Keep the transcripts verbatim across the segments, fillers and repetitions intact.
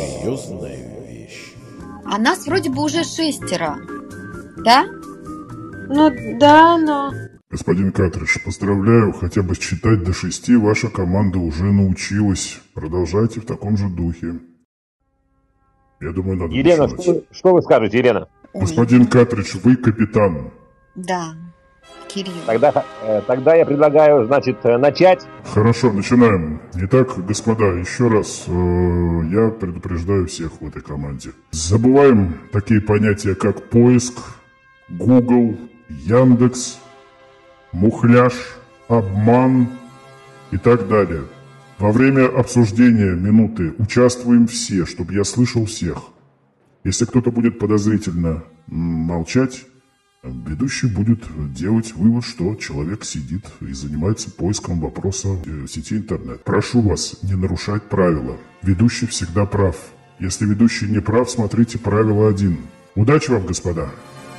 серьезная вещь. А нас вроде бы уже шестеро, да? Ну да, но... Господин Картридж, поздравляю, хотя бы считать до шести ваша команда уже научилась. Продолжайте в таком же духе. Я думаю, надо Елена, что вы, что вы скажете, Елена? Господин Картридж, вы капитан. Да, Кирилл. Тогда, э, тогда я предлагаю, значит, начать. Хорошо, начинаем. Итак, господа, еще раз э, я предупреждаю всех в этой команде. Забываем такие понятия, как поиск, Google, Яндекс, мухляж, обман и так далее. Во время обсуждения минуты участвуем все, чтобы я слышал всех. Если кто-то будет подозрительно молчать, ведущий будет делать вывод, что человек сидит и занимается поиском вопроса в сети интернет. Прошу вас не нарушать правила. Ведущий всегда прав. Если ведущий не прав, смотрите правило один. Удачи вам, господа!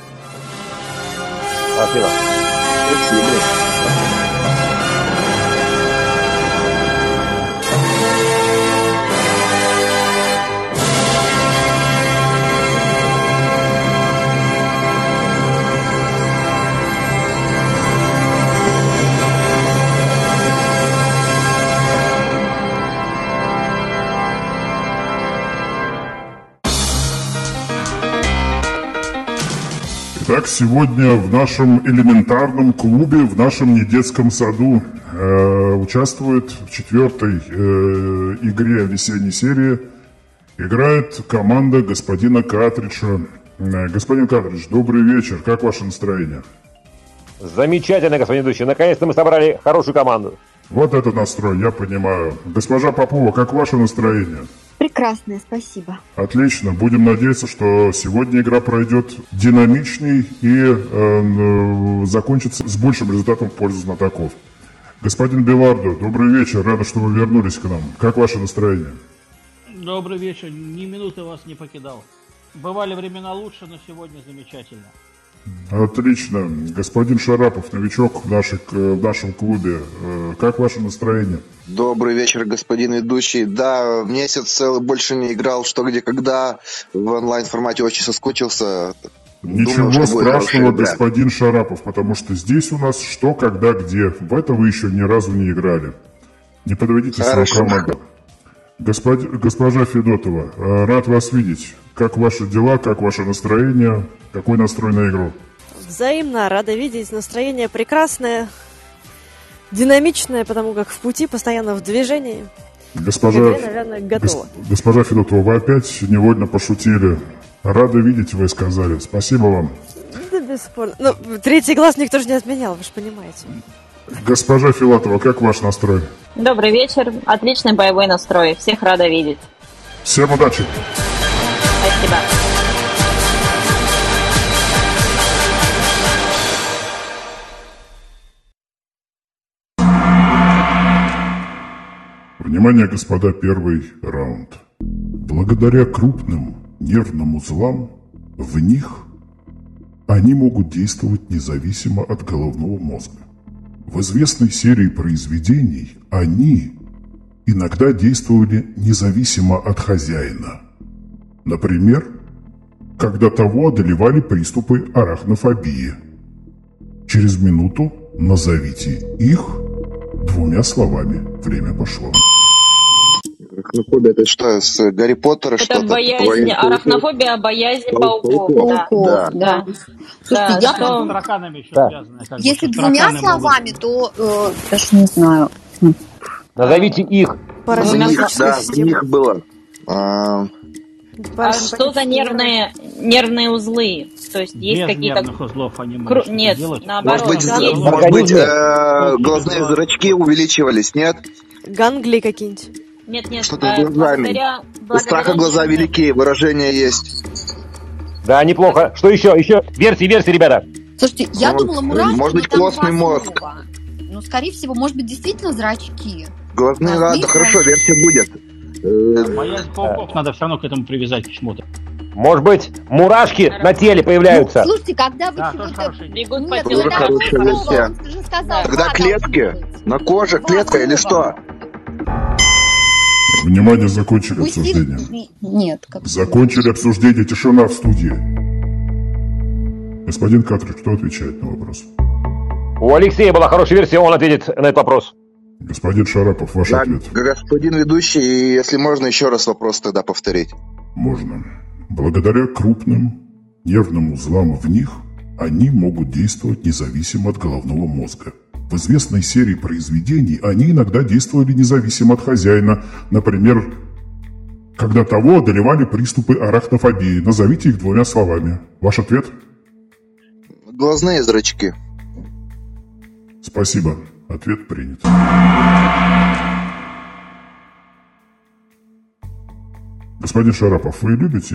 Спасибо. Итак, сегодня в нашем элементарном клубе, в нашем недетском саду э, участвует в четвертой э, игре весенней серии. Играет команда господина Картриджа. Э, господин Картридж, добрый вечер. Как ваше настроение? Замечательно, господин ведущий. Наконец-то мы собрали хорошую команду. Вот это настрой, я понимаю. Госпожа Попова, как ваше настроение? Прекрасное, спасибо. Отлично. Будем надеяться, что сегодня игра пройдет динамичней и э, закончится с большим результатом в пользу знатоков. Господин Белардо, добрый вечер. Рада, что вы вернулись к нам. Как ваше настроение? Добрый вечер. Ни минуты вас не покидал. Бывали времена лучше, но сегодня замечательно. Отлично. Господин Шарапов, новичок в, нашей, в нашем клубе. Как ваше настроение? Добрый вечер, господин ведущий. Да, месяц целый больше не играл «Что, где, когда». В онлайн-формате очень соскучился. Ничего Думаю, страшного, господин Шарапов, потому что здесь у нас «Что, когда, где». В это вы еще ни разу не играли. Не подведите свою команду. Господ... Госпожа Федотова, рад вас видеть. Как ваши дела, как ваше настроение? Какой настрой на игру? Взаимно, рада видеть. Настроение прекрасное, динамичное, потому как в пути, постоянно в движении. Госпожа, игре, наверное, готова. Гос... Госпожа Федотова, вы опять невольно пошутили. Рада видеть, вы сказали. Спасибо вам. Да, бесспорно. Ну, третий глаз никто же не отменял, вы же понимаете. Госпожа Филатова, как ваш настрой? Добрый вечер. Отличный боевой настрой. Всех рада видеть. Всем удачи. Спасибо. Внимание, господа, первый раунд. Благодаря крупным нервным узлам в них они могут действовать независимо от головного мозга. В известной серии произведений они иногда действовали независимо от хозяина. Например, когда того одолевали приступы арахнофобии. Через минуту назовите их двумя словами. Время пошло. Арахнофобия — это что, с Гарри Поттера это что-то? боязнь, арахнофобия, боязнь пауков. Пауков, да. да. да. Слушайте, да, я что... С тараканами еще Да. связано. Как Если бы, двумя словами, могут... то э, даже не знаю. Назовите их. Паразитическая Да, у система. них было. А, А что за нервные, нервные узлы? То есть есть Без какие-то... нервных узлов они Кру... могут Нет, делать. наоборот. может быть, есть. з- может быть э, глазные зрачки увеличивались, нет? Ганглии какие-нибудь. Нет, нет, Что-то э, с глазами. благодаря... У страха глаза нервным- велики, выражение есть. Да, неплохо. Что еще? Еще версии, версии, ребята. Слушайте, я Ну, думала, мурашки, может быть, но там костный два мозг. слова. Ну, скорее всего, может быть, действительно зрачки. Глазные, Глазные ладно, хорошо, зрачки. версия будет. Э, Боязнь пауков надо все равно к этому привязать почему-то. Может быть, мурашки на теле появляются. Ну, слушайте, когда вы Да, чего-то... тоже хорошая идея. Бегут по Нет, телу. Тоже когда хорошая вы версия. слово, он же сказал, Тогда два клетки. должно быть. На коже Два клетка или слова. что? Внимание, закончили Пусть обсуждение. и- Нет, как Закончили обсуждение. Тишина в студии. Господин Катрич, кто отвечает на вопрос? У Алексея была хорошая версия, он ответит на этот вопрос. Господин Шарапов, ваш Да, ответ. господин ведущий, если можно еще раз вопрос тогда повторить. Можно. Благодаря крупным нервным узлам в них они могут действовать независимо от головного мозга. В известной серии произведений они иногда действовали независимо от хозяина. Например, когда того одолевали приступы арахнофобии. Назовите их двумя словами. Ваш ответ? Глазные зрачки. Спасибо. Ответ принят. Господин Шарапов, вы любите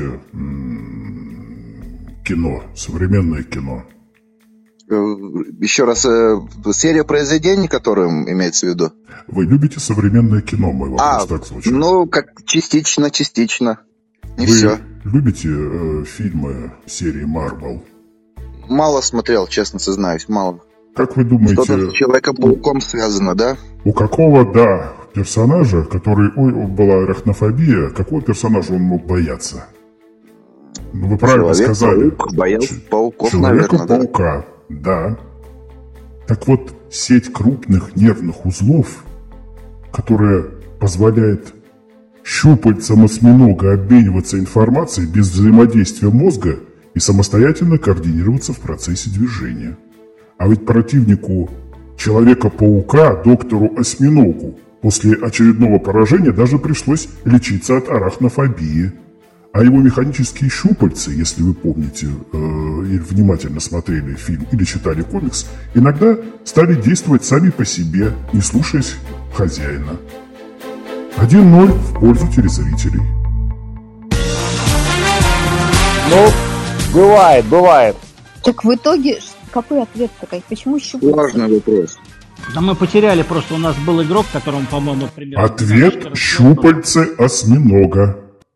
м, кино, современное кино? Э, Еще раз, э, серия произведений, которым имеется в виду? Вы любите современное кино, мой вопрос А, так звучит. ну, как частично, частично. Не Вы все. любите э, фильмы серии Marvel? Мало смотрел, честно сознаюсь, мало. Как вы думаете, Что-то с Человеком-пауком связано, да? у какого, да, персонажа, который, ой, была арахнофобия, какого персонажа он мог бояться? Ну, вы правильно сказали. Человек-паук боялся Ч- пауков, наверное, да? Человека-паука, да. Так вот, сеть крупных нервных узлов, которая позволяет щупальцам осьминога обмениваться информацией без взаимодействия мозга и самостоятельно координироваться в процессе движения. А ведь противнику Человека-паука, доктору Осьминогу, после очередного поражения даже пришлось лечиться от арахнофобии. А его механические щупальцы, если вы помните э, или внимательно смотрели фильм или читали комикс, иногда стали действовать сами по себе, не слушаясь хозяина. один ноль в пользу телезрителей. Ну, бывает, бывает. Так в итоге, ш- какой ответ такой? Почему щупальца? Сложный вопрос. Да мы потеряли просто, у нас был игрок, которому, по-моему, примерно... Ответ – щупальцы осьминога.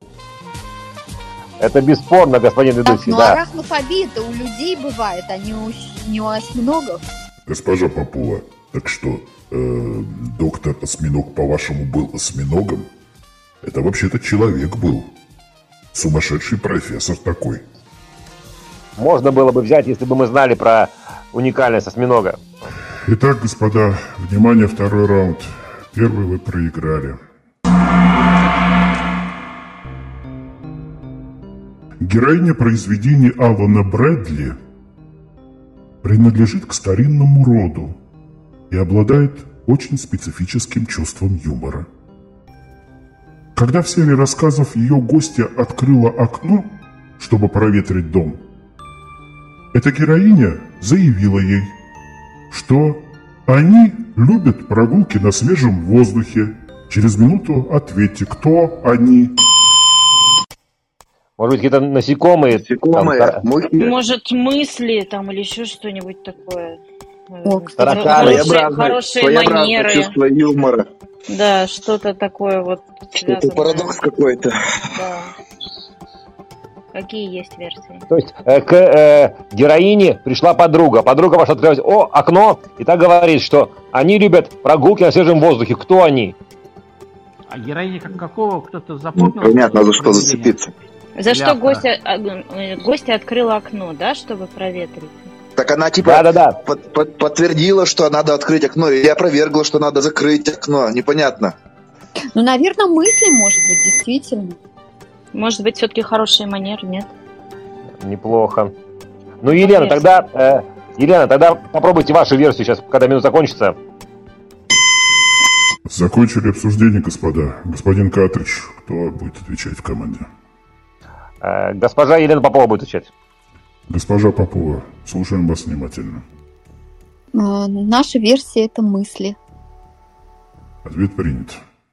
Это бесспорно, господин Так, ведущий, ну да. арахнофобия-то у людей бывает, а не у, щ- не у осьминогов. Госпожа Попова, так что, э, доктор Осьминог, по-вашему, был осьминогом? Это вообще-то человек был. Сумасшедший профессор такой. Можно было бы взять, если бы мы знали про уникальность осьминога. Итак, господа, внимание, второй раунд. Первый вы проиграли. Героиня произведений Алана Брэдли принадлежит к старинному роду и обладает очень специфическим чувством юмора. Когда в серии рассказов ее гостья открыла окно, чтобы проветрить дом, эта героиня заявила ей, что они любят прогулки на свежем воздухе. Через минуту ответьте, кто они. Может быть, какие-то насекомые? Насекомые, там, мухи. Может, мысли там или еще что-нибудь такое. О, кстати, тараканы. Хорошие, Своеобразное- хорошие своеобразное манеры. чувство юмора. Да, что-то такое вот Это связанное. парадокс какой-то. Да. Какие есть версии? То есть э, к э, героине пришла подруга. Подруга пошла открывать о, окно, и так говорит, что они любят прогулки на свежем воздухе. Кто они? А героиня как какого? Кто-то запомнил? Понятно, за что произведение? зацепиться. За что Ляпка. гостья, а, э, гостья открыла окно, да, чтобы проветрить? Так она типа Да-да-да. под- под- подтвердила, что надо открыть окно, или опровергла, что надо закрыть окно. Непонятно. Ну, наверное, мысли, может быть, действительно. Может быть, все-таки хорошие манеры, нет? Неплохо. Ну, Елена, Интересно. тогда... э, Елена, тогда попробуйте вашу версию сейчас, когда минут закончится. Закончили обсуждение, господа. Господин Катрич, кто будет отвечать в команде? Э, госпожа Елена Попова будет отвечать. Госпожа Попова, слушаем вас внимательно. А, наша версия – это мысли. Ответ принят.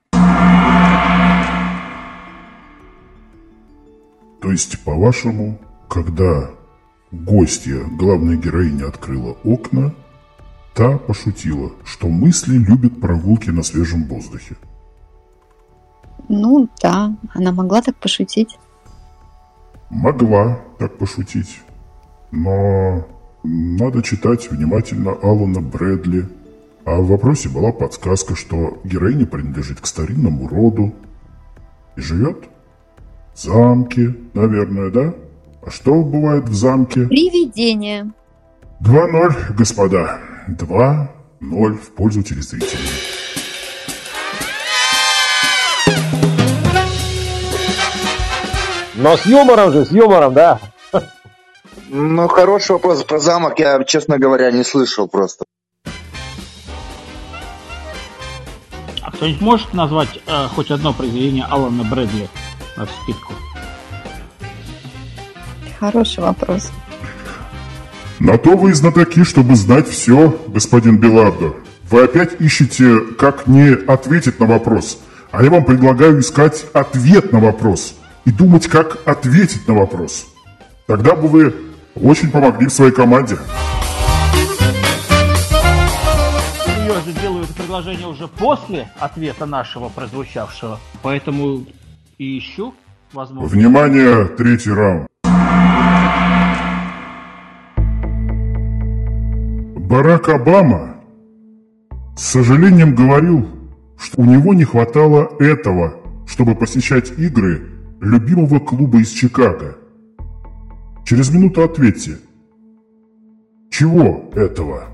То есть, по-вашему, когда гостья, главная героиня, открыла окна, та пошутила, что мысли любят прогулки на свежем воздухе. Ну, да, она могла так пошутить. Могла так пошутить, но надо читать внимательно Алана Брэдли. А в вопросе была подсказка, что героиня принадлежит к старинному роду и живет? В замке, наверное, да? А что бывает в замке? Привидение. два ноль, господа. два ноль в пользу телезрителей. Но с юмором же, с юмором, да. Ну, хороший вопрос. Про замок я, честно говоря, не слышал просто. А кто-нибудь может назвать э, хоть одно произведение Алана Брэдли на вскидку? Хороший вопрос. На то вы и знатоки, чтобы знать все, господин Белардо. Вы опять ищете, как не ответить на вопрос. А я вам предлагаю искать ответ на вопрос. И думать, как ответить на вопрос. Тогда бы вы очень помогли в своей команде. Я же делаю это предложение уже после ответа нашего прозвучавшего. Поэтому и ищу возможность. Внимание, третий раунд. Барак Обама с сожалением говорил, что у него не хватало этого, чтобы посещать игры любимого клуба из Чикаго. Через минуту ответьте. Чего этого?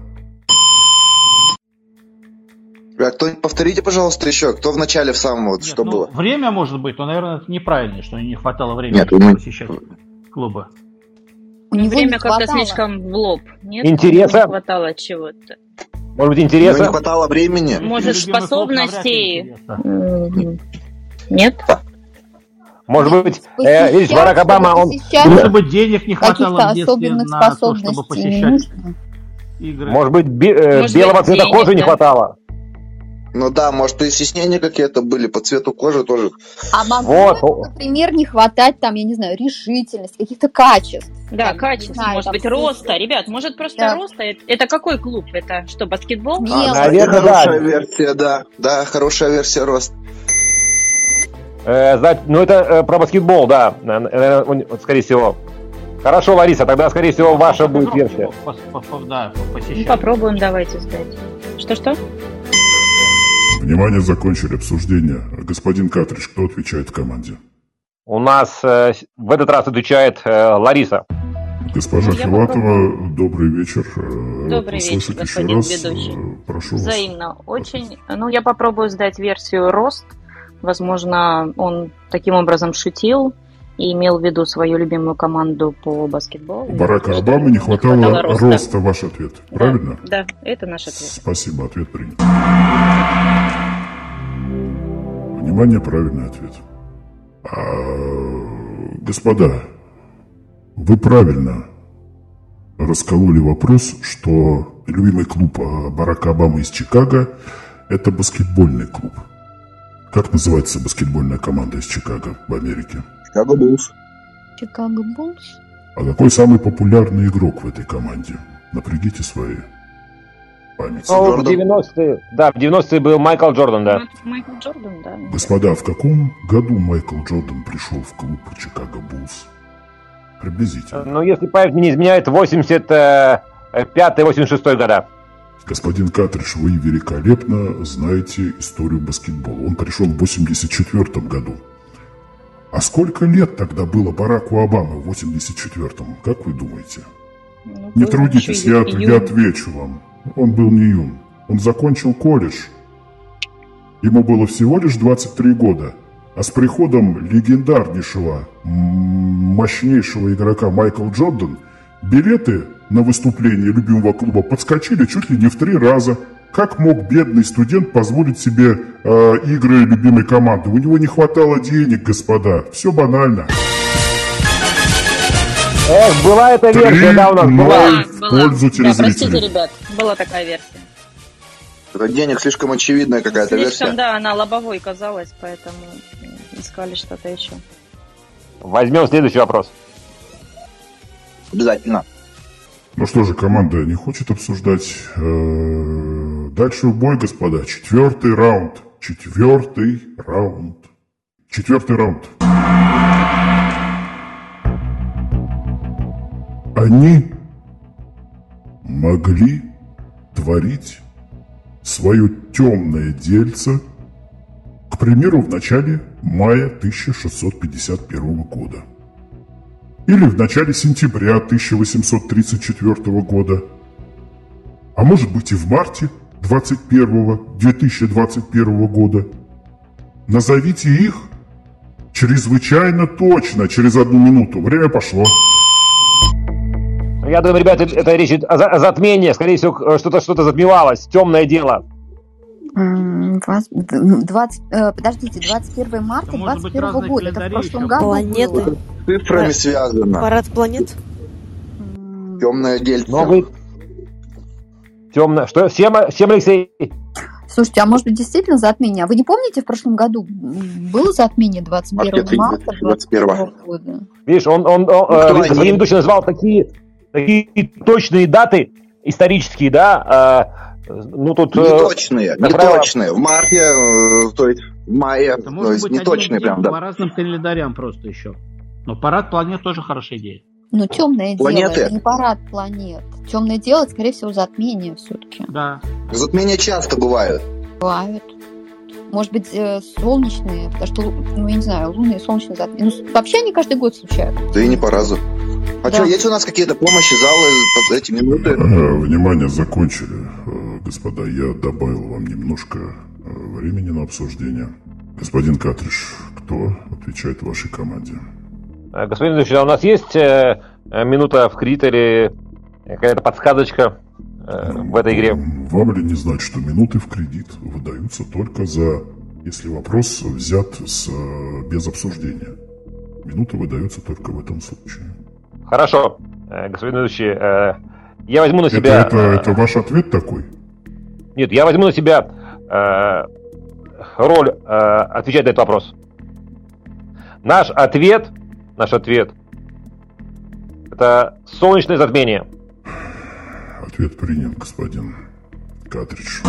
А кто, повторите, пожалуйста, еще, кто в начале в самом, вот, Нет, что ну, было? Время может быть, но, наверное, это неправильно, что не хватало времени, Нет, чтобы мы- посещать клубы. У него Время не как-то хватало. слишком в лоб. Нет? Интереса? Не хватало чего-то. Может быть, Ему не интереса? хватало времени. Может, Любимый клуб навряд ли способностей? интересно. М, Нет? Может быть, э, Посещать, видишь, Барак чтобы Обама, он... посещать Может быть, денег не хватало каких-то в детстве особенных на то, чтобы способностей не посещать нужно. игры. Может быть, би- э, Может белого быть, цвета денег, кожи не да. хватало. Ну да, может, и стеснения какие-то были по цвету кожи тоже. А могло, Вот. ему, например, не хватать, там, я не знаю, решительности, каких-то качеств. Да, Там, не качество, знаю, может там, быть, вкус. роста. Ребят, может, просто Да. роста? Это- Это какой клуб? Это что, баскетбол? Нет. А, Мелочь. кстати, Наверное, да. хорошая версия, да. Да, хорошая версия рост. Э, знать- ну, это э, про баскетбол, да. Наверное, он- вот, скорее всего. Хорошо, Лариса, тогда, скорее всего, ваша будет версия. Пос- пос- пос- Да, Ну, посещать. попробуем, давайте сдать. Что-что? Внимание, закончили обсуждение. Господин Катрич, кто отвечает в команде? У нас э, с- в этот раз отвечает э, Лариса. Госпожа Ну, я Филатова, попробую. добрый вечер. Э, Добрый услышать вечер, еще господин раз. ведущий. Э, Прошу вас. Взаимно. Очень. Ну, я попробую сдать версию рост. Возможно, он таким образом шутил и имел в виду свою любимую команду по баскетболу. У Барака Что Обамы не хватало роста. роста, ваш ответ. Да, Правильно? Да, это наш ответ. Спасибо, ответ принят. Внимание, правильный ответ. А, господа, вы правильно раскололи вопрос, что любимый клуб а, Барака Обамы из Чикаго – это баскетбольный клуб. Как называется баскетбольная команда из Чикаго в Америке? Чикаго Буллс. Чикаго Буллс. А какой самый популярный игрок в этой команде? Напрягите свои памяти. Ну, в Джордан. девяностые, да, в девяностые был Майкл Джордан, да. Ну, это Майкл Джордан, да. Господа, в каком году Майкл Джордан пришел в клуб Чикаго Буллс? Приблизительно. Ну, если память мне не изменяет, восемьдесят пятый восемьдесят шестой года. Господин Катриш, вы великолепно знаете историю баскетбола. Он пришел в восемьдесят четвёртом году. А сколько лет тогда было Бараку Обамы в восемьдесят четвёртом? Как вы думаете? Ну, Не был трудитесь, еще я, ю- я отвечу вам. Он был не юн. Он закончил колледж. Ему было всего лишь двадцать три года. А с приходом легендарнейшего, м, мощнейшего игрока Майкл Джордан, билеты на выступление любимого клуба подскочили чуть ли не в три раза. Как мог бедный студент позволить себе э, игры любимой команды? У него не хватало денег, господа. Все банально. Эх, была эта версия, да, у нас была. Да, в была. пользу Да, простите, телезрителей. ребят, была такая версия. Это денег слишком очевидная какая-то Слишком, версия. да, она лобовой казалась, поэтому искали что-то еще. Возьмем следующий вопрос. Обязательно. Ну что же, команда не хочет обсуждать. Э, Дальше в бой, господа. Четвертый раунд. Четвертый раунд. Четвертый раунд. Они могли творить свое темное дельце К примеру, в начале мая тысяча шестьсот пятьдесят первого года. Или в начале сентября тысяча восемьсот тридцать четвёртого года. А может быть и в марте двадцать первого две тысячи двадцать первого года. Назовите их чрезвычайно точно, через одну минуту. Время пошло. Я думаю, ребята, это речь о затмении. Скорее всего, что-то что-то затмевалось. Темное дело. двадцать, э, подождите, двадцать первого марта двадцать первого года. Это в прошлом году планеты. было. С цифрами связано. Парад планет. Темное дельце. Новый. Темное. Что? Всем, всем, Алексей? Слушайте, а может быть действительно затмение? А вы не помните, в прошлом году было затмение двадцать первого марта двадцать первого года? Видишь, он, он, он э, господин ведущий назвал такие, такие точные даты исторические, да? Э, ну тут. Не точные, не правило... точные. В марте, э, то есть в мае, Это то может есть быть не точные прям, да. По разным календарям просто еще. Но парад планет тоже хорошая идея. Ну, темное Планеты. дело, это не парад планет. Темное дело, это, скорее всего, затмение все-таки. Да. Затмения часто бывают. Бывают. Может быть, э, солнечные, потому что, ну, я не знаю, лунные и солнечные затмения. Ну, вообще они каждый год случаются. Да и не по разу. А Да. что, есть у нас какие-то помощи, залы под эти минуты? Э, Внимание, закончили. Э, Господа, я добавил вам немножко э, времени на обсуждение. Господин Катриш, кто отвечает вашей команде? Господин ведущий, а у нас есть э, минута в критере, какая-то подсказочка э, в этой игре? Вам ли не знать, что минуты в кредит выдаются только за, если вопрос взят с, э, без обсуждения. Минута выдается только в этом случае. Хорошо, э, господин ведущий, э, я возьму на себя... Это, это, это ваш ответ такой? Нет, я возьму на себя э, роль э, отвечать на этот вопрос. Наш ответ, наш ответ, это солнечное затмение. Ответ принят, господин Катридж.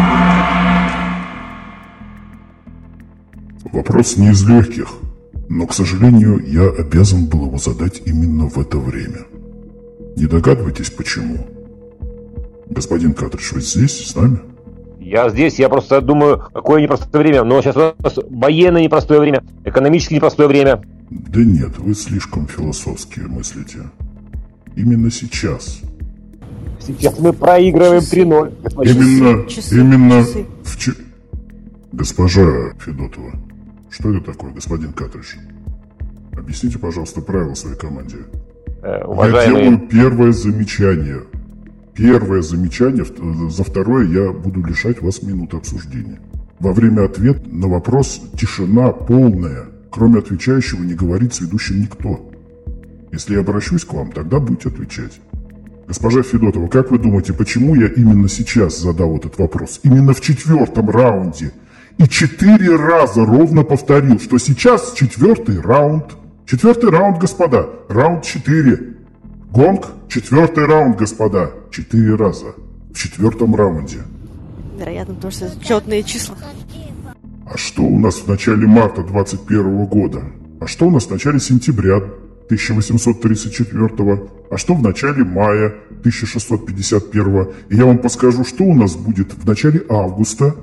Вопрос не из легких, но, к сожалению, я обязан был его задать именно в это время. Не догадываетесь, почему? Господин Катридж, вы здесь, с нами? Я здесь, я просто думаю, какое непростое время. Но сейчас у нас военное непростое время, экономически непростое время. Да нет, вы слишком философски мыслите. Именно сейчас. Сейчас мы проигрываем три ноль. Именно, часы, именно часы. в ч... Госпожа Федотова, что это такое, господин Катридж? Объясните, пожалуйста, правила своей команде. Э, уважаемые... Я делаю первое замечание. Первое замечание, за второе я буду лишать вас минуты обсуждения. Во время ответа на вопрос тишина полная. Кроме отвечающего не говорит с ведущим никто. Если я обращусь к вам, тогда будете отвечать. Госпожа Федотова, как вы думаете, почему я именно сейчас задал этот вопрос? Именно в четвертом раунде. И четыре раза ровно повторил, что сейчас четвертый раунд. Четвертый раунд, господа. Раунд четыре. Гонг, четвертый раунд, господа. Четыре раза. В четвертом раунде. Вероятно, потому что это четные числа. А что у нас в начале марта двадцать первого года? А что у нас в начале сентября тысяча восемьсот тридцать четвёртого? А что в начале мая тысяча шестьсот пятьдесят первого? И я вам подскажу, что у нас будет в начале августа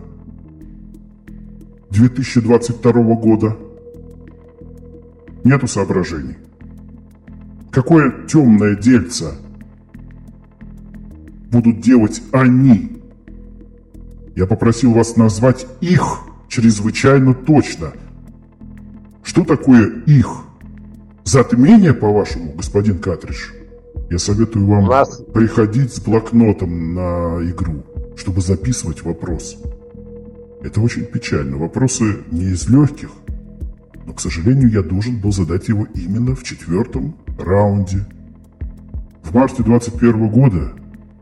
две тысячи двадцать второго года. Нету соображений. Какое темное дельце будут делать они? Я попросил вас назвать их чрезвычайно точно. Что такое их? Затмение, по-вашему, господин Катридж? Я советую вам нас... приходить с блокнотом на игру, чтобы записывать вопрос. Это очень печально. Вопросы не из легких, но, к сожалению, я должен был задать его именно в четвертом раунде. В марте двадцать первого года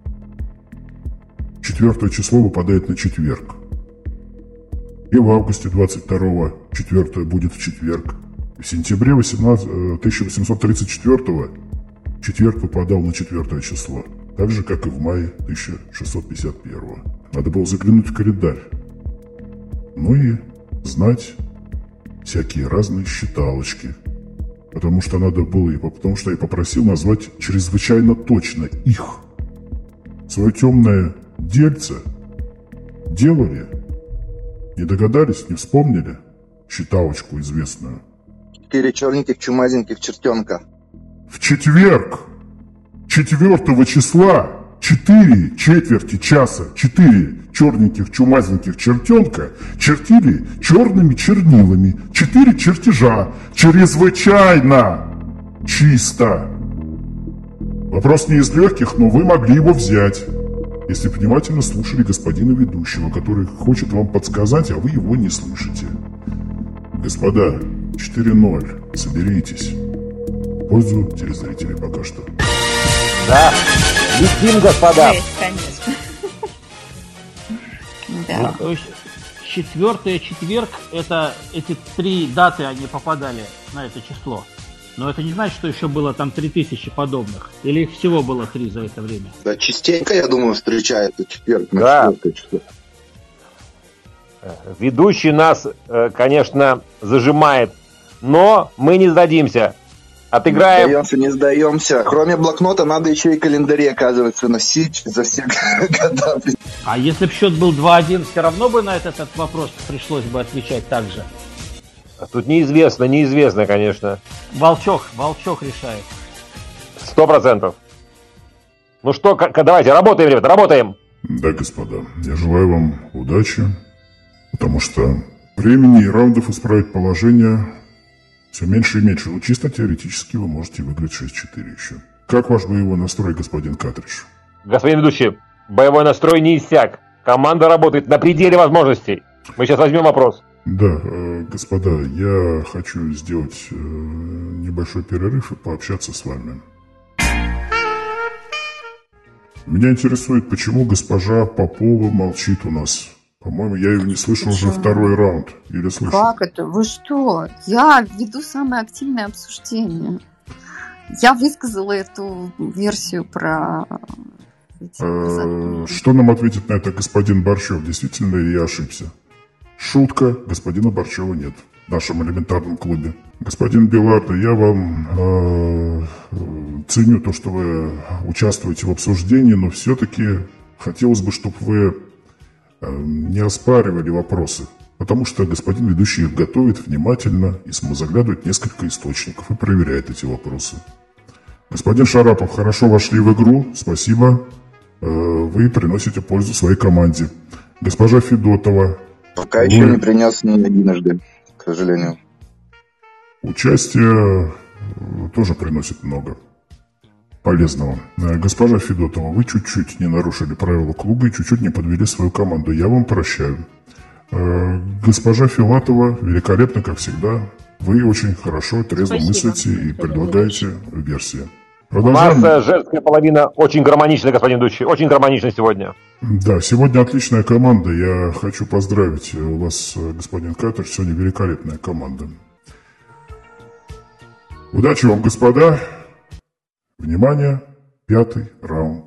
четвертое число выпадает на четверг. И в августе двадцать второго четвертое будет в четверг. В сентябре тысяча восемьсот тридцать четвёртого четверг выпадал на четвертое число. Так же, как и в мае тысяча шестьсот пятьдесят первого. Надо было заглянуть в календарь. Ну и знать всякие разные считалочки. Потому что надо было, потому что я попросил назвать чрезвычайно точно их. Свое темное дельце делали Не догадались, не вспомнили считалочку известную? Четыре черненьких чумазеньких чертенка. В четверг, четвертого числа, четыре четверти часа, четыре черненьких чумазеньких чертенка чертили черными чернилами четыре чертежа. Чрезвычайно чисто. Вопрос не из легких, но вы могли его взять, если внимательно слушали господина ведущего, который хочет вам подсказать, а вы его не слышите. Господа, четыре ноль, соберитесь. В пользу телезрителей пока что. Да, летим, господа. Конечно. Да. То есть четвертый четверг, это эти три даты, они попадали на это число. Но это не значит, что еще было там три тысячи подобных. Или их всего было три за это время? Да, частенько, я думаю, встречается четверг на Да. четвертое число. Ведущий нас, конечно, зажимает, но мы не сдадимся. Отыграем. Не сдаемся, не сдаемся. Кроме блокнота надо еще и календари, оказывается, носить за все года. А если бы счет был два один, все равно бы на этот, этот вопрос пришлось бы отвечать так же? Тут неизвестно, неизвестно, конечно. Волчок, Волчок решает. Сто процентов. Ну что, к- давайте, работаем, ребята, работаем. Да, господа, я желаю вам удачи, потому что времени и раундов исправить положение все меньше и меньше. Ну, чисто теоретически вы можете выиграть шесть четыре еще. Как ваш боевой настрой, господин Картридж? Господин ведущий, боевой настрой не иссяк. Команда работает на пределе возможностей. Мы сейчас возьмем вопрос. Да, э, господа, я хочу сделать э, небольшой перерыв и пообщаться с вами. Меня интересует, почему госпожа Попова молчит у нас. По-моему, я ее не слышал уже второй раунд. Или слышал? Как это? Вы что? Я веду самое активное обсуждение. Я высказала эту версию про... эти Э, затмения. Что нам ответит на это господин Борчев? Действительно ли я ошибся? Шутка, господина Борчева нет в нашем элементарном клубе. Господин Белардо, я вам э, ценю то, что вы участвуете в обсуждении, но все-таки хотелось бы, чтобы вы э, не оспаривали вопросы, потому что господин ведущий их готовит внимательно и заглядывает в несколько источников и проверяет эти вопросы. Господин Шарапов, хорошо вошли в игру, спасибо. Э, вы приносите пользу своей команде. Госпожа Федотова. Пока еще не принес ни единожды, к сожалению. Участие тоже приносит много полезного. Госпожа Федотова, вы чуть-чуть не нарушили правила клуба и чуть-чуть не подвели свою команду. Я вам прощаю. Госпожа Филатова, великолепно, как всегда. Вы очень хорошо, трезво Спасибо. мыслите и предлагаете версии. У нас э, женская половина очень гармонична, господин ведущий. Очень гармонична сегодня. Да, сегодня отличная команда. Я хочу поздравить вас, господин Картридж. Сегодня великолепная команда. Удачи вам, господа. Внимание, пятый раунд.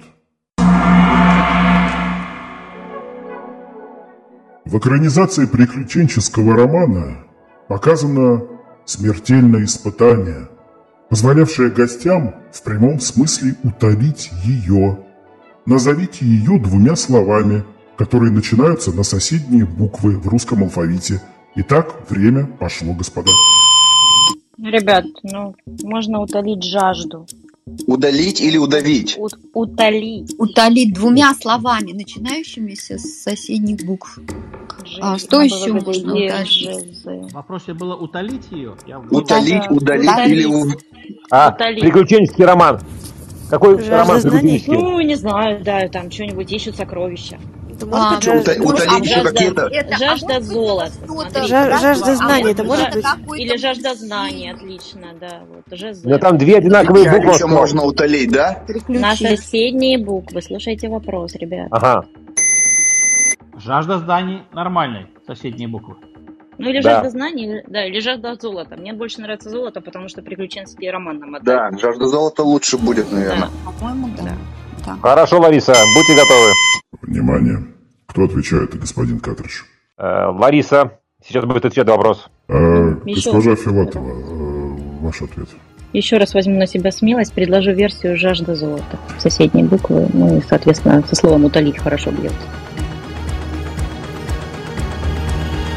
В экранизации приключенческого романа показано смертельное испытание, позволявшее гостям в прямом смысле утолить ее. Назовите ее двумя словами, которые начинаются на соседние буквы в русском алфавите. Итак, время пошло, господа. Ребят, ну, можно утолить жажду. Удалить или удавить? У- утолить. Утолить двумя словами, начинающимися с соседних букв. А что еще можно утолить? В вопросе было утолить ее? Я... Утолить, Да, удалить утолить. или у... А, Утолить. приключенческий роман. Какой Жажда роман знаний. приключенческий? Ну, не знаю, да, там что-нибудь ищут сокровища. Это А, может быть Что, жажда- ута- утолить еще жажда- какие-то... Это, Жажда а может быть, золота, это что-то- смотри. Жа- жажда а знаний, может это может быть? какой-то Или жажда путь. знаний, отлично, да. Вот, ЖЗ. Ну там две одинаковые Печаль буквы. еще можно утолить, да? На Приключения. соседние буквы. Слушайте вопрос, ребят. Ага. Жажда знаний нормальной, соседние буквы. Ну или Да. жажда знаний, или- да, или жажда золота. Мне больше нравится золото, потому что приключенский роман нам отдали. Да, жажда золота лучше будет, наверное. По-моему, да. Да. Хорошо, Лариса, будьте готовы. Внимание. Кто отвечает, господин Картридж? Э, Лариса, сейчас будет ответ на вопрос. А, Еще. госпожа Филатова, э, ваш ответ. Еще раз возьму на себя смелость, предложу версию жажда золота. Соседние буквы, ну и, соответственно, со словом утолить хорошо бьется.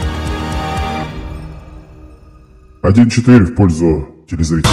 один-четыре в пользу телезрителей.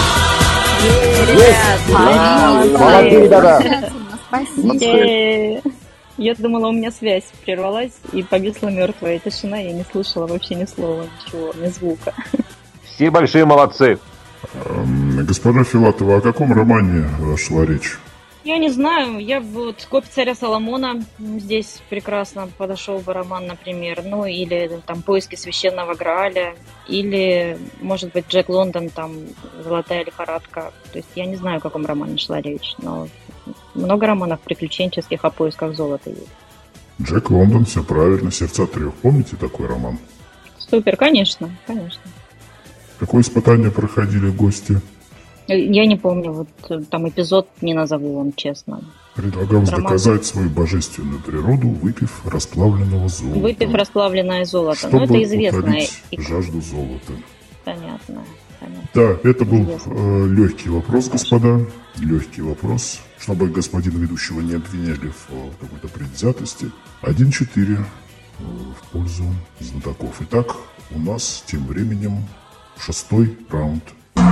Молодцы, ребята. Спасибо. Я думала, у меня связь прервалась и повисла мертвая тишина. Я не слышала вообще ни слова, ничего, ни звука. Все большие молодцы. Эм, Господа Филатова, о каком романе э, шла речь? Я не знаю, я вот «Копь царя Соломона» здесь прекрасно подошел бы роман, например, ну или там «Поиски священного Грааля», или, может быть, Джек Лондон, там «Золотая лихорадка». То есть я не знаю, о каком романе шла речь, но много романов приключенческих о поисках золота есть. Джек Лондон, все правильно, «Сердца трех». Помните такой роман? Супер, конечно, конечно. Какое испытание проходили гости? Я не помню, вот там эпизод не назову вам, честно. Предлагал Роман. доказать свою божественную природу, выпив расплавленного золота. Выпив расплавленное золото. Чтобы Ну, это известное. утолить жажду золота. Понятно, понятно. Да, это был Известно. э, легкий вопрос, господа. Легкий вопрос. Чтобы господина ведущего не обвиняли в э, какой-то предвзятости. один-четыре э, в пользу знатоков. Итак, у нас тем временем шестой раунд.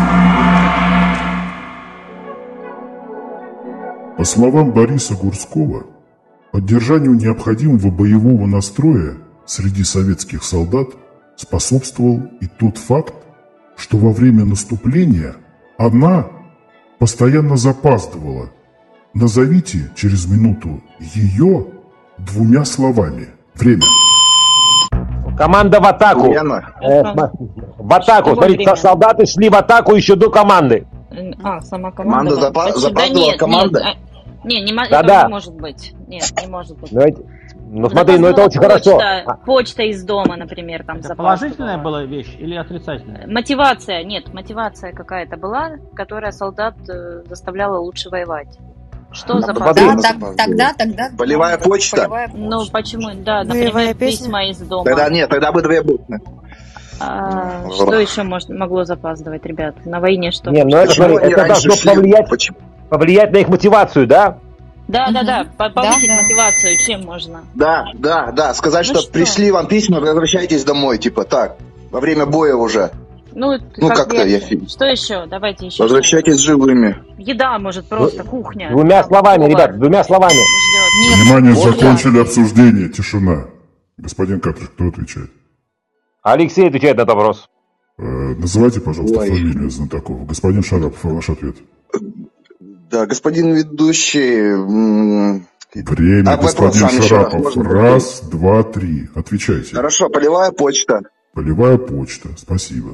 По словам Бориса Гурского, поддержанию необходимого боевого настроя среди советских солдат способствовал и тот факт, что во время наступления она постоянно запаздывала. Назовите через минуту ее двумя словами. Время. Команда в атаку. Лена. Э, в атаку. Чего Смотрите, время? солдаты шли в атаку еще до команды. А, сама команда. Команда да. запа- Почти- запаздывала нет, команда? Нет, а, не, не, мо- Да, этого да. не может быть. Нет, не может быть. Давайте. Ну смотри, ну это очень Запаздывала хорошо. почта, почта из дома, например, там Это запаздывала. положительная была вещь или отрицательная? Мотивация, нет, мотивация какая-то была, которая солдат э, заставляла лучше воевать. Что за смотри. Да, Она так- запаздывала. тогда, тогда... Полевая да, почта? полевая почта. Ну, почему? Да, Боевая например, песня? письма из дома. Тогда нет, тогда бы две буквы. А, что еще может, могло запаздывать, ребят? На войне что? Не, ну это, Почему смотри, они это раньше должно шли? повлиять, Почему? повлиять на их мотивацию, да? Да, да, да, Мгм. по- повысить Да, да. мотивацию, чем можно? Да, да, да. Сказать, Ну что, что? пришли вам письма, возвращайтесь домой. Типа так. Во время боя уже. Ну, Ну, как-то версия. я фи- Что еще? Давайте еще. Возвращайтесь живыми. что-нибудь. Еда, может, просто кухня. Двумя словами, Повар ребят, двумя словами. ждет. Нет, Внимание, можно. закончили обсуждение. Тишина. Господин Катрик, кто отвечает? Алексей отвечает на этот вопрос. Э, называйте, пожалуйста, Ой. фамилию знатоков. Господин Шарапов, ваш ответ. Да, господин ведущий... м, Время, А вопрос господин сам еще раз Шарапов. можно Раз, два, три. Отвечайте. Хорошо, полевая почта. Полевая почта. Спасибо.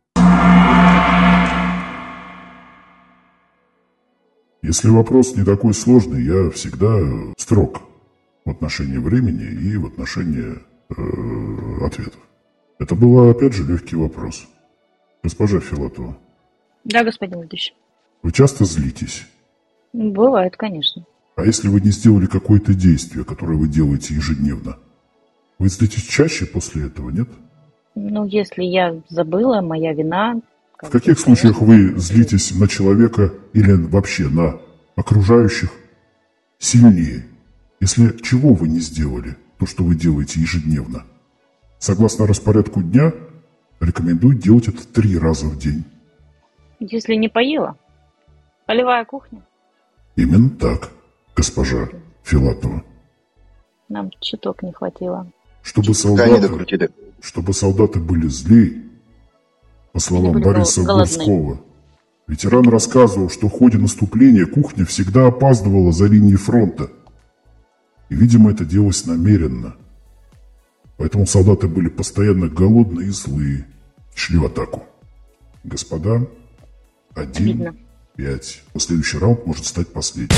Если вопрос не такой сложный, я всегда строг в отношении времени и в отношении э, ответов. Это был, опять же, легкий вопрос. Госпожа Филатова, Да, господин ведущий. вы часто злитесь? Бывает, конечно. А если вы не сделали какое-то действие, которое вы делаете ежедневно, вы злитесь чаще после этого, нет? Ну, если я забыла, моя вина. В каких случаях вы злитесь на человека или вообще на окружающих сильнее? Если чего вы не сделали, то, что вы делаете ежедневно? Согласно распорядку дня, рекомендую делать это три раза в день. Если не поела. Полевая кухня. Именно так, госпожа Филатова. Нам чуток не хватило. Чтобы Пока не солдаты, докрутили. чтобы солдаты были злее, по словам были Бориса гол- голодные. Гурского, ветеран рассказывал, что в ходе наступления кухня всегда опаздывала за линией фронта. И, видимо, это делалось намеренно. Поэтому солдаты были постоянно голодные и злые, шли в атаку. Господа, один, Видно. пять. Следующий раунд может стать последним.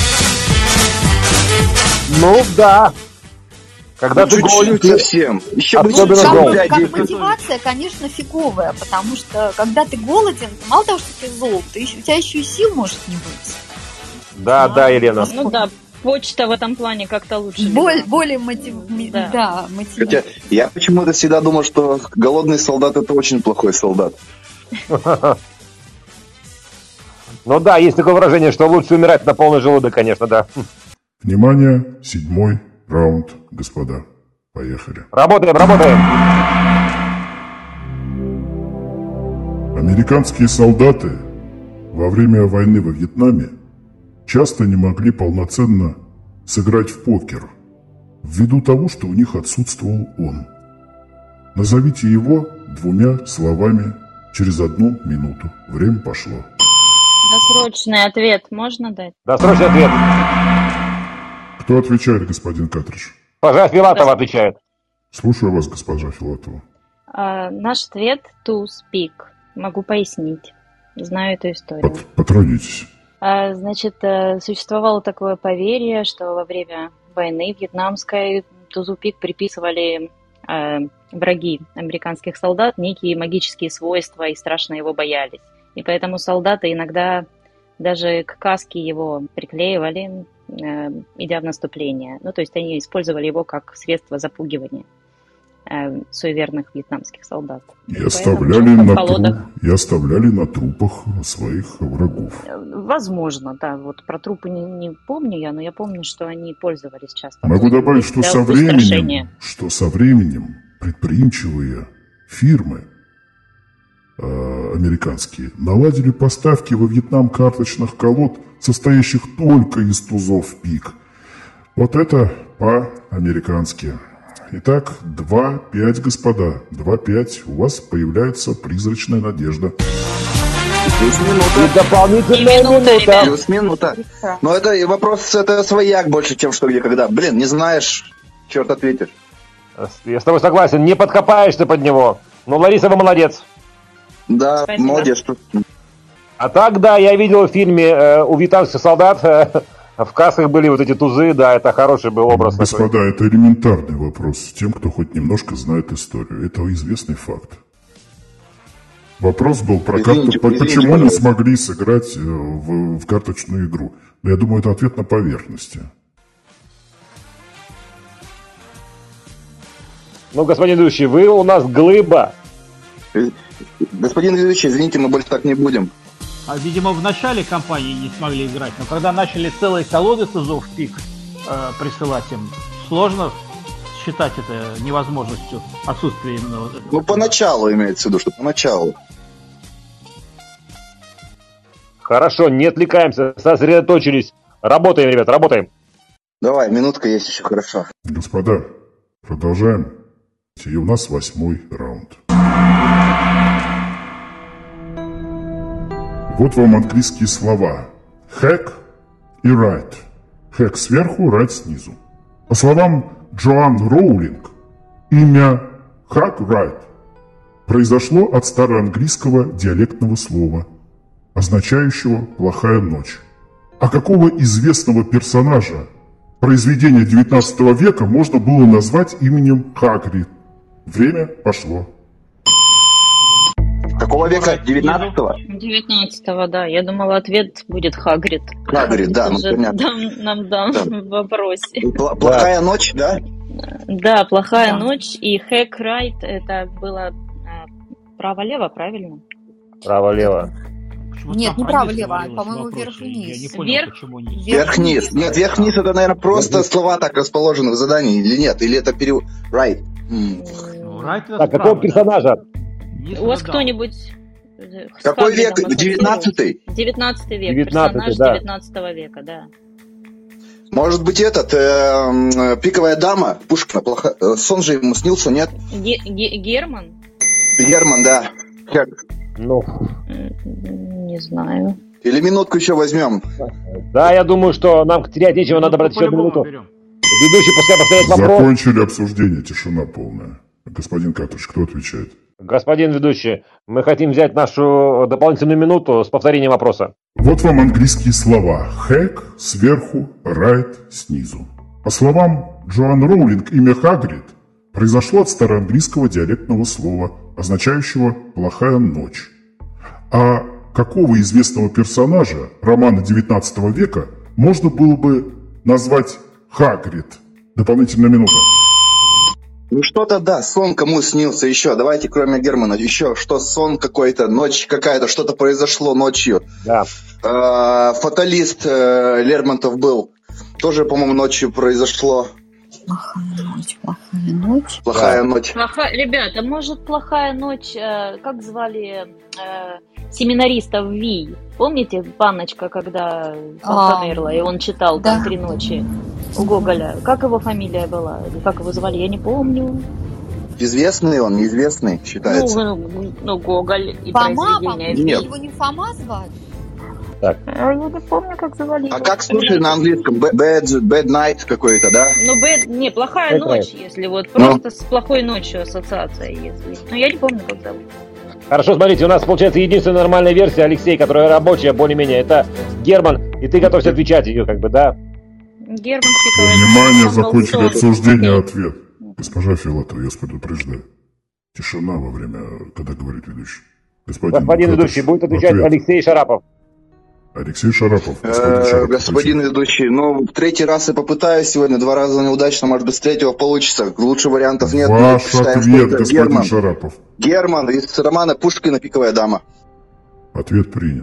Ну да. Когда Ну, ты чуть-чуть голоден, совсем. Еще бы Особенно чуть-чуть, голод. пять, Как десять. мотивация, конечно, фиговая, потому что когда ты голоден, мало того, что ты зол, ты еще, у тебя еще и сил может не быть. Да, да, Елена. Ну да, почта в этом плане как-то лучше. Боль- была. более мотив... ми- Да. да, мотивация. Хотя я почему-то всегда думал, что голодный солдат это очень плохой солдат. Ну да, есть такое выражение, что лучше умирать на полный желудок, конечно, да. Внимание, седьмой раунд, господа. Поехали. Работаем, работаем. Американские солдаты во время войны во Вьетнаме часто не могли полноценно сыграть в покер, ввиду того, что у них отсутствовал он. Назовите его двумя словами через одну минуту. Время пошло. Досрочный ответ можно дать? Досрочный ответ. Кто отвечает, господин Катридж? Госпожа Филатова отвечает. Слушаю вас, госпожа Филатова. А, наш ответ to speak. Могу пояснить. Знаю эту историю. Пот- Потрудитесь. А, значит, э, существовало такое поверье, что во время войны вьетнамской to speak приписывали э, враги американских солдат некие магические свойства и страшно его боялись. И поэтому солдаты иногда даже к каске его приклеивали, э, идя в наступление. Ну, то есть они использовали его как средство запугивания э, суеверных вьетнамских солдат. И оставляли, на тру... и оставляли на трупах своих врагов. Возможно, да. Вот про трупы не, не помню я, но я помню, что они пользовались часто. Могу добавить, что со временем, что со временем предприимчивые фирмы э, американские наладили поставки во Вьетнам карточных колод, состоящих только из тузов пик. Вот это по-американски. Итак, два пять, господа. два пять. У вас появляется призрачная надежда. Плюс минута. Дополнительная минута. Плюс минута. Но это вопрос, это свояк больше, чем что где когда. Блин, не знаешь, черт ответишь. Я с тобой согласен, не подкопаешься под него. Ну, Лариса, вы молодец. Да, Спасибо. молодец. А так, да, я видел в фильме э, у вьетнамских солдат, э, в касках были вот эти тузы, да, это хороший был образ. Господа, такой. это элементарный вопрос тем, кто хоть немножко знает историю. Это известный факт. Вопрос был про Извините, карты, извините, почему не пожалуйста. смогли сыграть э, в, в карточную игру. Но я думаю, это ответ на поверхности. Ну, господин ведущий, вы у нас глыба. Господин ведущий, извините, мы больше так не будем. А, видимо, в начале кампании не смогли играть, но когда начали целые колоды тузов пик э, присылать им, сложно считать это невозможностью, отсутствие именно вот этого. Ну, поначалу имеется в виду, что поначалу. Хорошо, не отвлекаемся, сосредоточились. Работаем, ребят, работаем. Давай, минутка есть еще, хорошо. Господа, продолжаем. И у нас восьмой раунд. Вот вам английские слова. Hack и write. Hack сверху, write снизу. По словам Джоан Роулинг, имя Hack-Write произошло от староанглийского диалектного слова, означающего «плохая ночь». А какого известного персонажа произведения девятнадцатого века можно было назвать именем Хагрид? Время пошло. Какого века? девятнадцатого? девятнадцатого, да. Я думала, ответ будет Хагрид. Хагрид, да, ну Уже понятно. дам, нам дам Да. в вопросе. Пла- Плохая ночь, да? Да, плохая Да. ночь. И хэк-райт это было а, право-лево, правильно? Право-лево. Почему-то Нет, там не про право, низ лево, а, говорилось в по-моему, вопросе, вверх и и вниз. Я не понял, Вверх- почему низ. Вверх-вниз. Нет, вверх-вниз это, наверное, просто слова так расположены в задании или нет? Или это перевод? Right. М. Ну, right это Так, справа, какого да. персонажа? Низ У вас это кто-нибудь... э, с Какой Хагридом век? ассоциируется? девятнадцатый? девятнадцатый век. девятнадцатый, Персонаж да. девятнадцатого века, да. Может быть, этот, э, м, пиковая дама, Пушкина, плохо, э, сон же ему снился, нет? Ге- Ге- Герман? Герман, да. Как? Ну, М, Не знаю. Или минутку еще возьмем. да, я думаю, что нам терять нечего, надо брать еще одну По-любому минуту. берем. Ведущий пускай повторяет вопрос. Закончили обсуждение, тишина полная. Господин Катридж, кто отвечает? Господин ведущий, мы хотим взять нашу дополнительную минуту с повторением вопроса. Вот вам английские слова. Hack сверху, write снизу. По словам Джоан Роулинг, имя Хагрид произошло от староанглийского диалектного слова, означающего «плохая ночь». А какого известного персонажа романа девятнадцатого века можно было бы назвать Хагрид? Дополнительная минута. Ну что-то да, сон кому снился еще. Давайте, кроме Германа, еще что сон какой-то, ночь какая-то, что-то произошло ночью. Да. Э, Фаталист э, Лермонтов был. Тоже, по-моему, ночью произошло. Плохая ночь, плохая ночь. Плохая ночь. Плохая... Ребята, может, плохая ночь, э, как звали э, семинариста в ВИИ? Помните, паночка, когда А, померла, и он читал да. там три ночи у Гоголя? Как его фамилия была? Или как его звали? Я не помню. Известный он, неизвестный считается. Ну, ну, ну, Гоголь и Фома, произведение по-моему, Нет. ВИИ. его не Фома звали? Так, А я не помню, как звали А его. как слушай на английском? Bad, bad night какой-то, да? Ну, bad, не, плохая Это ночь, если вот Ну. просто с плохой ночью ассоциация, если. Ну, я не помню, как зовут. хорошо, смотрите, у нас получается единственная нормальная версия, Алексей, которая рабочая, более-менее, это Герман, и ты готовься отвечать ее, как бы, да? Герман Пикович. Внимание, закончили Голсон. обсуждение, ответ. Госпожа Филатова, я вас предупреждаю. Тишина во время, когда говорит ведущий. Господин, Господин Букатов, ведущий, будет отвечать ответ. Алексей Шарапов. Алексей Шарапов. Э, Господин Шарапов, Господин отвечает. ведущий, ну, третий раз я попытаюсь сегодня, два раза неудачно, может быть, с третьего получится. Лучше вариантов нет. Мы Ваш считаем, что ответ, это господин Герман. Шарапов. Герман из романа Пушкина «Пиковая дама». Ответ принят.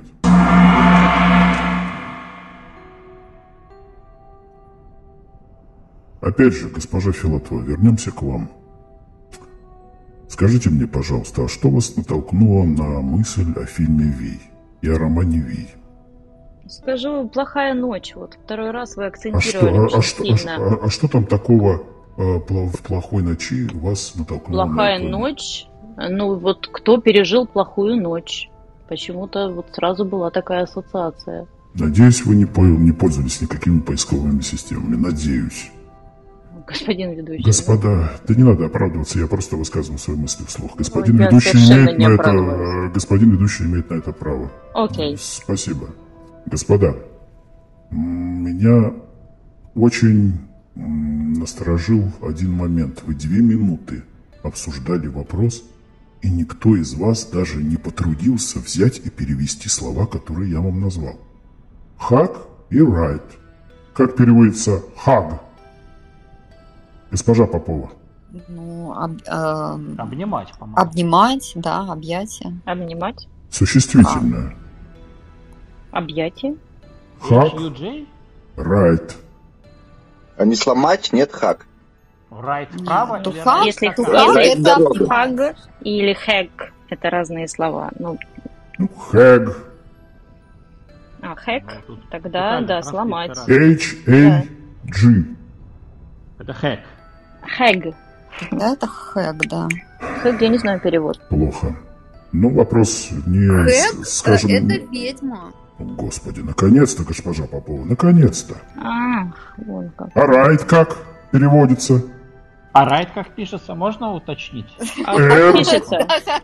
Опять же, госпожа Филатова, вернемся к вам. Скажите мне, пожалуйста, а что вас натолкнуло на мысль о фильме «Вий» и о романе «Вий»? Скажу, плохая ночь. Вот второй раз вы А акцентировали что, а, очень а что, сильно. а, а что там такого а, пла- в плохой ночи вас натолкнуло Плохая на это? ночь. Ну вот кто пережил плохую ночь? Почему-то вот сразу была такая ассоциация. Надеюсь, вы не, по- не пользовались никакими поисковыми системами. Надеюсь. Господин ведущий. Господа, да не надо оправдываться, я просто высказываю свои мысли вслух. Господин я ведущий совершенно имеет не на это, оправдываюсь. э, господин ведущий имеет на это право. Окей. Спасибо. Господа, м, меня очень м, насторожил один момент. Вы две минуты обсуждали вопрос, и никто из вас даже не потрудился взять и перевести слова, которые я вам назвал. Hug и right. Как переводится hug? Госпожа Попова. Ну, об- эм, Обнимать, по-моему. обнимать, да, объятия. Обнимать. Существительное. Объятие. Hug, Ю Джей? right. А не сломать, нет, хак. Райт вправо? то или хак, right Если, то как? хак Right, это дорога. обнимать. хаг или хэк это разные слова. Ну, Ну, hag. а хэк, Ну, тут тогда детали, да, транскрипция сломать. разная. H-A-G. Это хэк. Хэг. Да, это хэк, да. Хэг, я не знаю перевод. Плохо. Ну, вопрос не, Хэк, с- скажем... это ведьма. О, Господи, наконец-то, госпожа Попова, наконец-то. А, вон как. А right как переводится? А райт как пишется, можно уточнить? А Э, как пишется?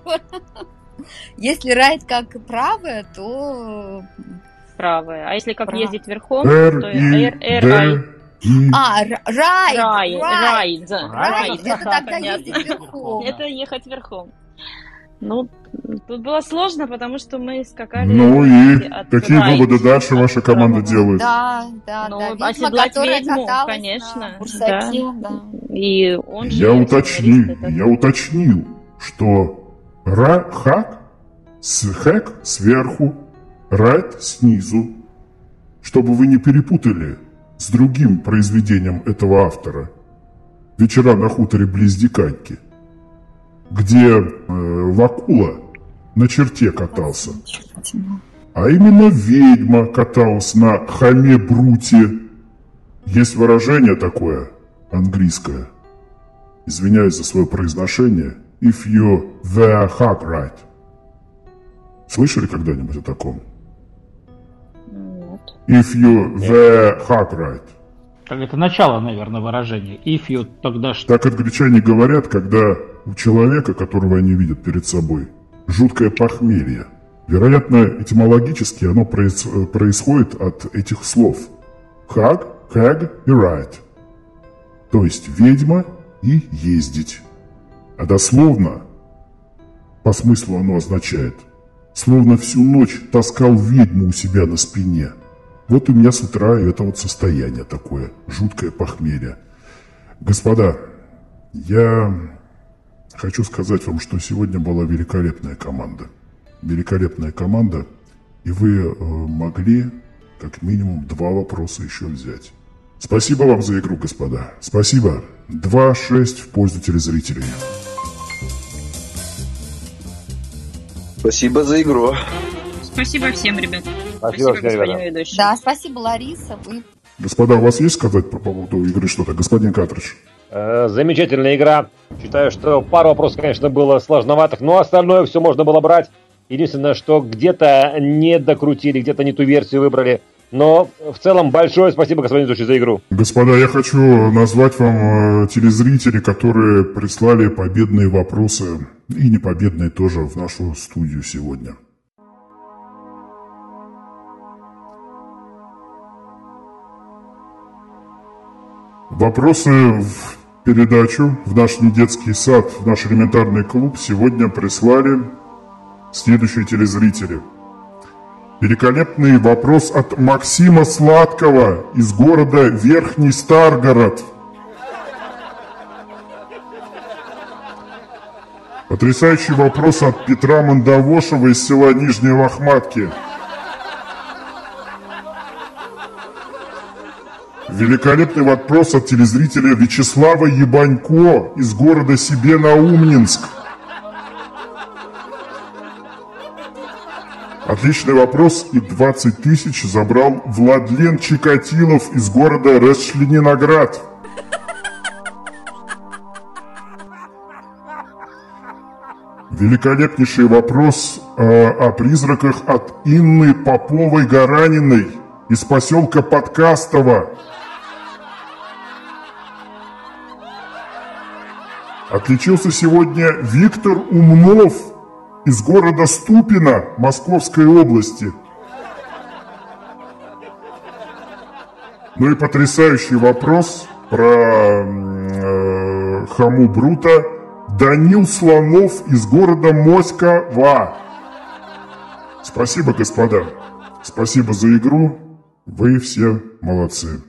Если райт как правая, то... Правое. А если как Право. ездить верхом, то Р, Р, Ай. R-I-D. А, р- райт, Рай, райт. райд, Райд, райд. Это тогда Понятно. ездить верхом. Это ехать верхом. Ну, тут было сложно, потому что мы скакали... Ну и от какие райд. выводы дальше ваша команда Правого. делает? Да, да, Ну, да. Ведьма, оседлать которая ведьму, каталась конечно, на бурсаке, да. И он же... Я уточнил, семинарист, это- я уточнил, что ра, хак, с, хэк сверху, райт снизу, чтобы вы не перепутали с другим произведением этого автора «Вечера на хуторе близ Диканьки», где э, Вакула на черте катался, а именно ведьма каталась на хаме Бруте. Есть выражение такое, английское, извиняюсь за свое произношение, if you were hug right. Слышали когда-нибудь о таком? Нет. If you were hug right. Как это начало, наверное, выражения. If you, тогда что? Так англичане говорят, когда у человека, которого они видят перед собой, жуткое похмелье. Вероятно, этимологически оно проис- происходит от этих слов. Hug, hag и right. То есть ведьма и ездить. А дословно, по смыслу оно означает, словно всю ночь таскал ведьму у себя на спине. Вот у меня с утра это вот состояние такое, жуткое похмелье. Господа, я хочу сказать вам, что сегодня была великолепная команда. Великолепная команда, и вы э, могли как минимум два вопроса еще взять. Спасибо вам за игру, господа. Спасибо. два шесть в пользу телезрителей. Спасибо за игру. Спасибо всем, ребят. Спасибо, Спасибо, господин ребята. ведущий. Да, спасибо, Лариса. Вы... Господа, у вас есть сказать по поводу игры что-то? Господин Картридж. Э, Замечательная игра. Считаю, что пару вопросов, конечно, было сложноватых, но остальное все можно было брать. Единственное, что где-то не докрутили, где-то не ту версию выбрали. Но в целом большое спасибо, господин ведущий, за игру. Господа, я хочу назвать вам э, телезрителей, которые прислали победные вопросы, и непобедные тоже, в нашу студию сегодня. Вопросы в передачу, в наш недетский сад, в наш элементарный клуб сегодня прислали следующие телезрители. Великолепный вопрос от Максима Сладкого из города Верхний Старгород. Потрясающий вопрос от Петра Мандавошева из села Нижние Лохматки. Великолепный вопрос от телезрителя Вячеслава Ебанько из города Себе-на-Умнинск. Отличный вопрос, и двадцать тысяч забрал Владлен Чикатилов из города Ресшлининоград. Великолепнейший вопрос э, о призраках от Инны Поповой-Гараниной из поселка Подкастово. Отличился сегодня Виктор Умнов из города Ступино Московской области. Ну и потрясающий вопрос про э, Хаму Брута Данил Слонов из города Москва. Спасибо, господа. Спасибо за игру. Вы все молодцы.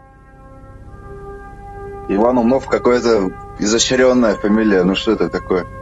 Иван Умнов какая-то изощренная фамилия. Ну что это такое?